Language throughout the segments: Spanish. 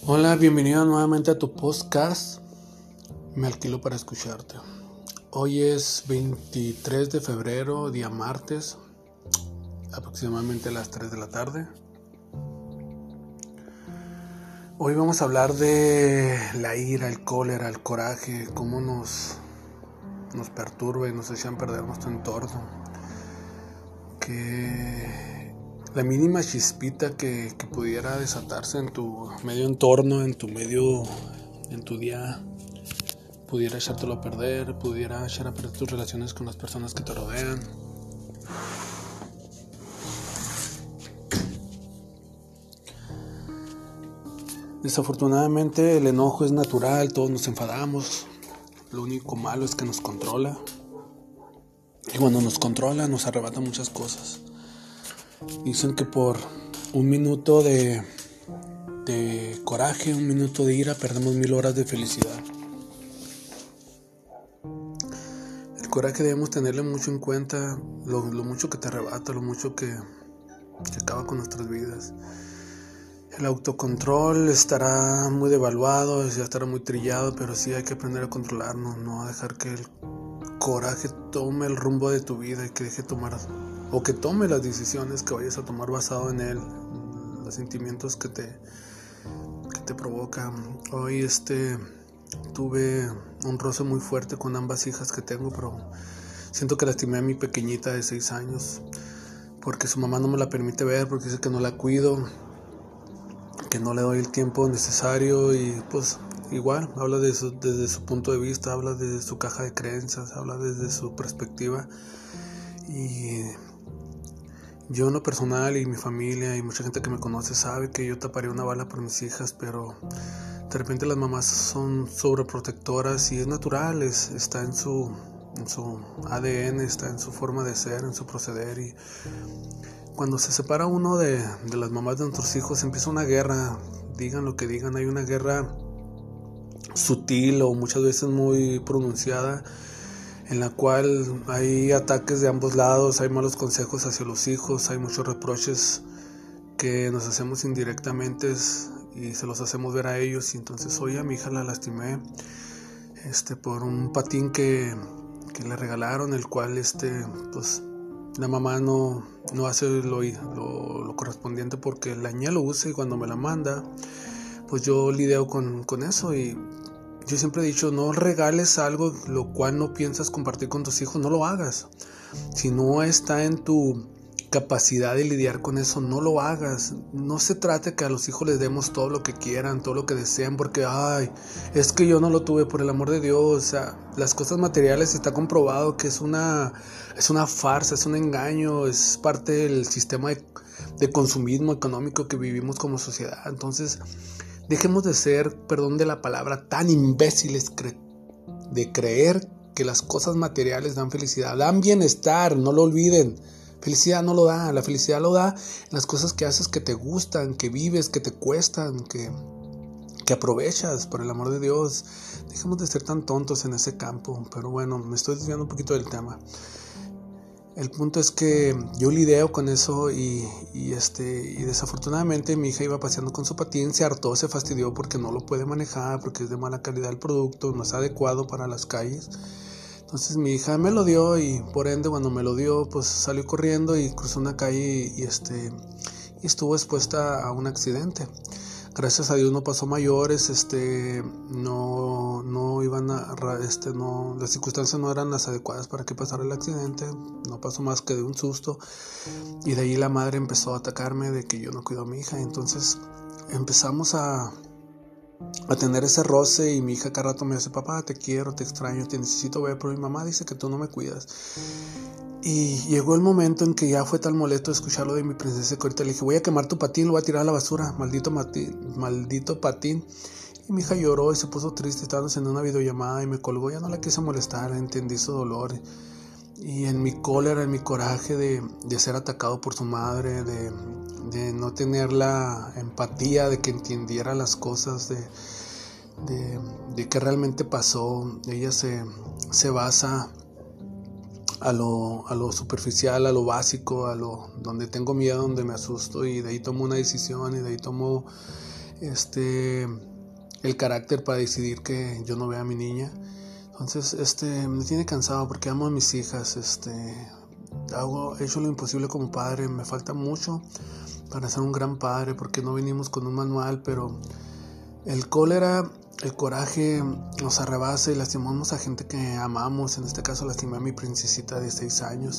Hola, bienvenido nuevamente a tu podcast. Me alquilo para escucharte. Hoy es 23 de febrero, día martes, aproximadamente a las 3 de la tarde. Hoy vamos a hablar de la ira, el cólera, el coraje, cómo nos perturba y nos echan a perder nuestro entorno. Que la mínima chispita que pudiera desatarse en tu medio entorno, en tu día, pudiera echártelo a perder, pudiera echar a perder tus relaciones con las personas que te rodean. Desafortunadamente el enojo es natural, todos nos enfadamos. Lo único malo es que nos controla. Y cuando nos controla nos arrebata muchas cosas. Dicen que por un minuto de coraje, un minuto de ira, perdemos 1000 horas de felicidad. El coraje debemos tenerle mucho en cuenta, lo mucho que te arrebata, lo mucho que acaba con nuestras vidas. El autocontrol estará muy devaluado, ya estará muy trillado, pero sí hay que aprender a controlarnos, no dejar que el coraje tome el rumbo de tu vida y que deje tomar o que tome las decisiones que vayas a tomar basado en él, los sentimientos que te provocan. Hoy tuve un roce muy fuerte con ambas hijas que tengo, pero siento que lastimé a mi pequeñita de 6 años porque su mamá no me la permite ver, porque dice que no la cuido, que no le doy el tiempo necesario, y pues igual habla desde su punto de vista, habla desde su caja de creencias, habla desde su perspectiva. Y yo en lo personal y mi familia y mucha gente que me conoce sabe que yo taparía una bala por mis hijas, pero de repente las mamás son sobreprotectoras y es natural, está en su ADN, está en su forma de ser, en su proceder. Y cuando se separa uno de las mamás de nuestros hijos, empieza una guerra, digan lo que digan, hay una guerra sutil o muchas veces muy pronunciada, en la cual hay ataques de ambos lados, hay malos consejos hacia los hijos, hay muchos reproches que nos hacemos indirectamente y se los hacemos ver a ellos. Y entonces hoy a mi hija la lastimé por un patín que le regalaron, el cual pues la mamá no hace lo correspondiente porque la niña lo usa, y cuando me la manda pues yo lidio con eso. Y yo siempre he dicho, no regales algo lo cual no piensas compartir con tus hijos, no lo hagas. Si no está en tu capacidad de lidiar con eso, no lo hagas. No se trate que a los hijos les demos todo lo que quieran, todo lo que desean, porque es que yo no lo tuve, por el amor de Dios. O sea, las cosas materiales está comprobado que es una farsa, es un engaño, es parte del sistema de consumismo económico que vivimos como sociedad. Entonces, dejemos de ser, perdón de la palabra, tan imbéciles de creer que las cosas materiales dan felicidad, dan bienestar, no lo olviden. Felicidad no lo da, la felicidad lo da en las cosas que haces que te gustan, que vives, que te cuestan, que aprovechas, por el amor de Dios. Dejemos de ser tan tontos en ese campo. Pero bueno, me estoy desviando un poquito del tema. El punto es que yo lidio con eso y desafortunadamente mi hija iba paseando con su patín, se hartó, se fastidió porque no lo puede manejar, porque es de mala calidad el producto, no es adecuado para las calles. Entonces mi hija me lo dio, y por ende cuando me lo dio pues salió corriendo y cruzó una calle y estuvo expuesta a un accidente. Gracias a Dios no pasó mayores, no iban las circunstancias no eran las adecuadas para que pasara el accidente, no pasó más que de un susto. Y de ahí la madre empezó a atacarme de que yo no cuido a mi hija. Entonces empezamos a tener ese roce, y mi hija cada rato me dice, papá, te quiero, te extraño, te necesito ver, pero mi mamá dice que tú no me cuidas. Y llegó el momento en que ya fue tan molesto escucharlo de mi princesa que ahorita le dije, voy a quemar tu patín, lo voy a tirar a la basura, maldito patín. Y mi hija lloró y se puso triste, estábamos en una videollamada y me colgó. Ya no la quise molestar, entendí su dolor. Y en mi cólera, en mi coraje de ser atacado por su madre, de no tener la empatía de que entendiera las cosas, de qué realmente pasó, ella se basa a lo superficial, a lo básico, donde tengo miedo, donde me asusto, y de ahí tomo una decisión, y de ahí tomo el carácter para decidir que yo no vea a mi niña. Entonces, me tiene cansado porque amo a mis hijas. He hecho lo imposible como padre. Me falta mucho para ser un gran padre porque no venimos con un manual, pero el cólera, el coraje nos arrebasa y lastimamos a gente que amamos. En este caso lastimé a mi princesita de 6 años.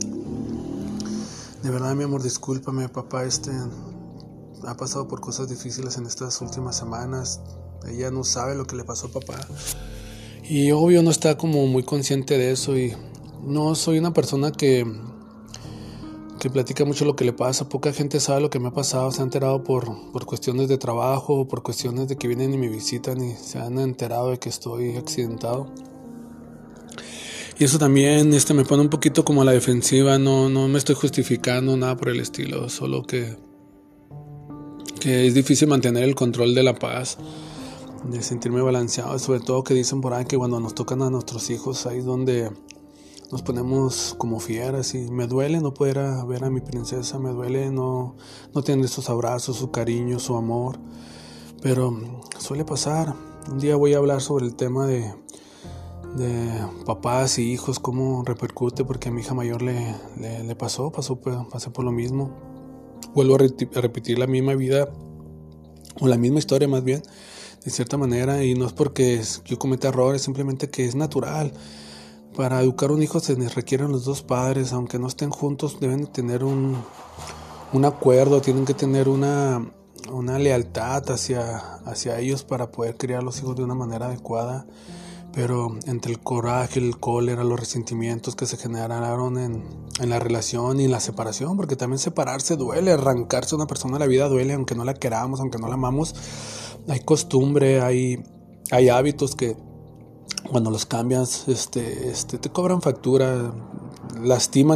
De verdad, mi amor, discúlpame, papá. Ha pasado por cosas difíciles en estas últimas semanas. Ella no sabe lo que le pasó a papá. Y obvio no está como muy consciente de eso. Y no soy una persona que platica mucho lo que le pasa. Poca gente sabe lo que me ha pasado. Se ha enterado por cuestiones de trabajo, por cuestiones de que vienen y me visitan y se han enterado de que estoy accidentado. Y eso también me pone un poquito como a la defensiva. No me estoy justificando, nada por el estilo. Solo que es difícil mantener el control de la paz, de sentirme balanceado. Sobre todo que dicen por ahí que cuando nos tocan a nuestros hijos, ahí es donde nos ponemos como fieras. Y me duele no poder ver a mi princesa. Me duele no tener esos abrazos, su cariño, su amor. Pero suele pasar. Un día voy a hablar sobre el tema de papás y hijos, cómo repercute, porque a mi hija mayor le pasé por lo mismo. Vuelvo a repetir la misma vida, o la misma historia más bien, de cierta manera, y no es porque yo cometa errores, simplemente que es natural. Para educar a un hijo se requieren los dos padres, aunque no estén juntos, deben tener un acuerdo, tienen que tener una lealtad hacia ellos para poder criar a los hijos de una manera adecuada. Pero entre el coraje, el cólera, los resentimientos que se generaron en la relación y en la separación, porque también separarse duele, arrancarse a una persona de la vida duele, aunque no la queramos, aunque no la amamos. Hay costumbre, hay hábitos que cuando los cambias te cobran factura, lastiman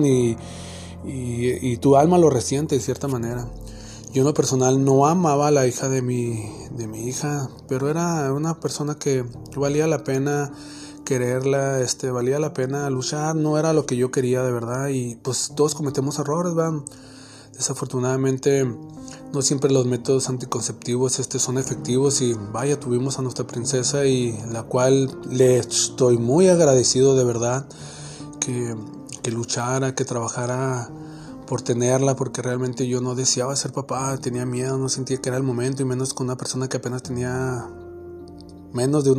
y tu alma lo resiente de cierta manera. Yo en lo personal no amaba a la hija de mi hija, pero era una persona que valía la pena quererla, valía la pena luchar. No era lo que yo quería de verdad, y pues todos cometemos errores, ¿verdad? Desafortunadamente no siempre los métodos anticonceptivos son efectivos, y vaya, tuvimos a nuestra princesa, y la cual le estoy muy agradecido de verdad que luchara, que trabajara por tenerla, porque realmente yo no deseaba ser papá, tenía miedo, no sentía que era el momento, y menos con una persona que apenas tenía menos de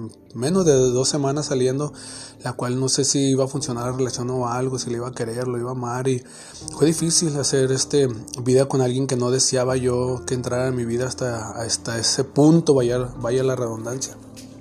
2 semanas saliendo, la cual no sé si iba a funcionar la relación o algo, si le iba a querer, lo iba a amar, y fue difícil hacer vida con alguien que no deseaba yo que entrara en mi vida hasta ese punto, vaya la redundancia.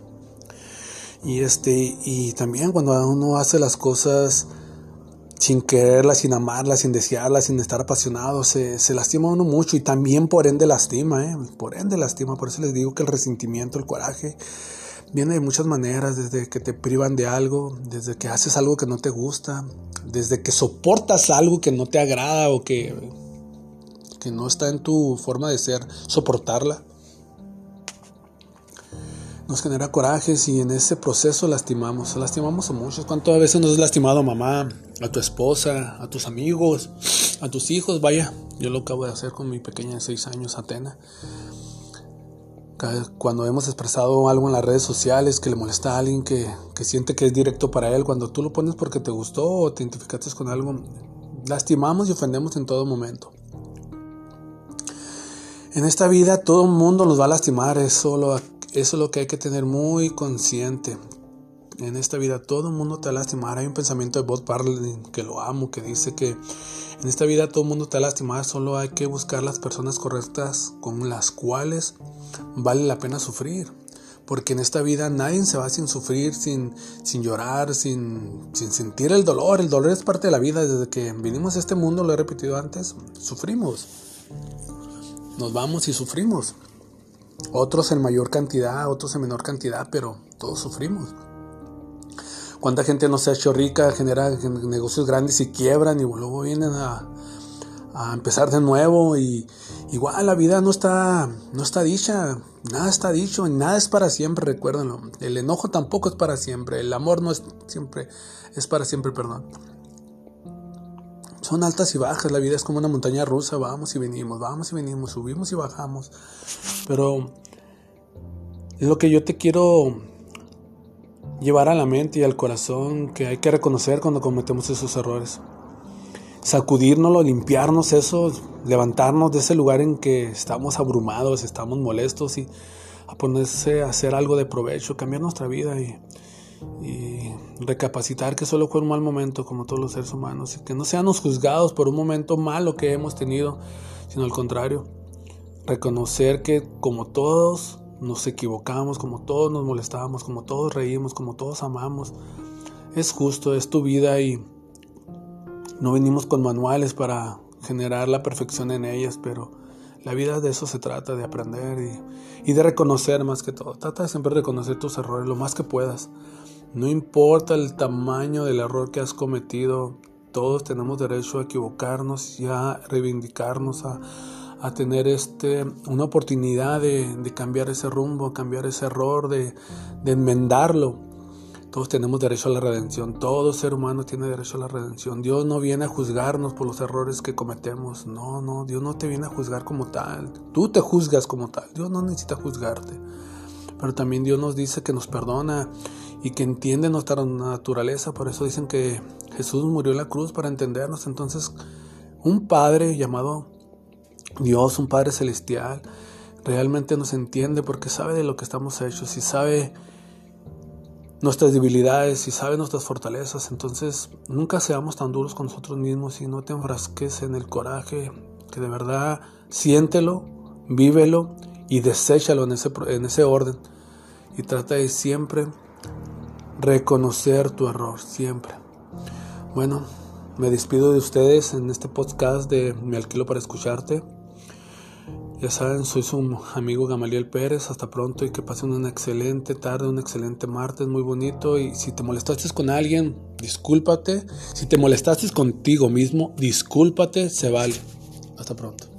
Y también cuando uno hace las cosas sin quererla, sin amarla, sin desearla, sin estar apasionado, se lastima uno mucho, y también por ende lastima, por eso les digo que el resentimiento, el coraje viene de muchas maneras, desde que te privan de algo, desde que haces algo que no te gusta, desde que soportas algo que no te agrada o que no está en tu forma de ser, soportarla. Nos genera corajes, y en ese proceso lastimamos a muchos. ¿Cuántas veces nos has lastimado a mamá, a tu esposa, a tus amigos, a tus hijos? Vaya, yo lo acabo de hacer con mi pequeña de 6 años, Atena. Cuando hemos expresado algo en las redes sociales que le molesta a alguien, que siente que es directo para él, cuando tú lo pones porque te gustó o te identificaste con algo, lastimamos y ofendemos en todo momento. En esta vida todo el mundo nos va a lastimar, eso es lo que hay que tener muy consciente. En esta vida todo el mundo te va a lastimar. Hay un pensamiento de Bob Marley que lo amo, que dice que en esta vida todo el mundo te va a lastimar, solo hay que buscar las personas correctas con las cuales vale la pena sufrir. Porque en esta vida nadie se va sin sufrir, sin llorar, sin sentir el dolor. El dolor es parte de la vida. Desde que vinimos a este mundo, lo he repetido antes, sufrimos. Nos vamos y sufrimos. Otros en mayor cantidad, otros en menor cantidad, pero todos sufrimos. ¿Cuánta gente no se ha hecho rica, genera negocios grandes y quiebran, y luego vienen a empezar de nuevo? Y igual la vida no está dicha, nada está dicho, y nada es para siempre, recuérdenlo. El enojo tampoco es para siempre, el amor no es siempre, es para siempre, perdón. Son altas y bajas, la vida es como una montaña rusa, vamos y venimos, subimos y bajamos. Pero es lo que yo te quiero llevar a la mente y al corazón, que hay que reconocer cuando cometemos esos errores. Sacudírnoslo, limpiarnos eso, levantarnos de ese lugar en que estamos abrumados, estamos molestos y a ponerse a hacer algo de provecho, cambiar nuestra vida y recapacitar que solo fue un mal momento como todos los seres humanos y que no seamos juzgados por un momento malo que hemos tenido, sino al contrario, reconocer que como todos nos equivocamos, como todos nos molestamos, como todos reímos, como todos amamos, es justo, es tu vida y no venimos con manuales para generar la perfección en ellas, pero la vida de eso se trata, de aprender y de reconocer más que todo. Trata de siempre reconocer tus errores lo más que puedas. No importa el tamaño del error que has cometido, todos tenemos derecho a equivocarnos y a reivindicarnos, a tener una oportunidad de cambiar ese rumbo, cambiar ese error, de enmendarlo. Todos tenemos derecho a la redención, todo ser humano tiene derecho a la redención. Dios no viene a juzgarnos por los errores que cometemos, no, Dios no te viene a juzgar como tal, tú te juzgas como tal, Dios no necesita juzgarte. Pero también Dios nos dice que nos perdona y que entiende nuestra naturaleza, por eso dicen que Jesús murió en la cruz para entendernos. Entonces, un Padre llamado Dios, un Padre celestial, realmente nos entiende porque sabe de lo que estamos hechos y sabe nuestras debilidades y sabe nuestras fortalezas. Entonces nunca seamos tan duros con nosotros mismos y no te enfrasques en el coraje, que de verdad siéntelo, vívelo y deséchalo en ese orden y trata de siempre reconocer tu error, siempre. Bueno, me despido de ustedes en este podcast de Me Alquilo para Escucharte. Ya saben, soy su amigo Gamaliel Pérez. Hasta pronto y que pasen una excelente tarde, un excelente martes muy bonito. Y si te molestaste con alguien, discúlpate. Si te molestaste contigo mismo, discúlpate, se vale. Hasta pronto.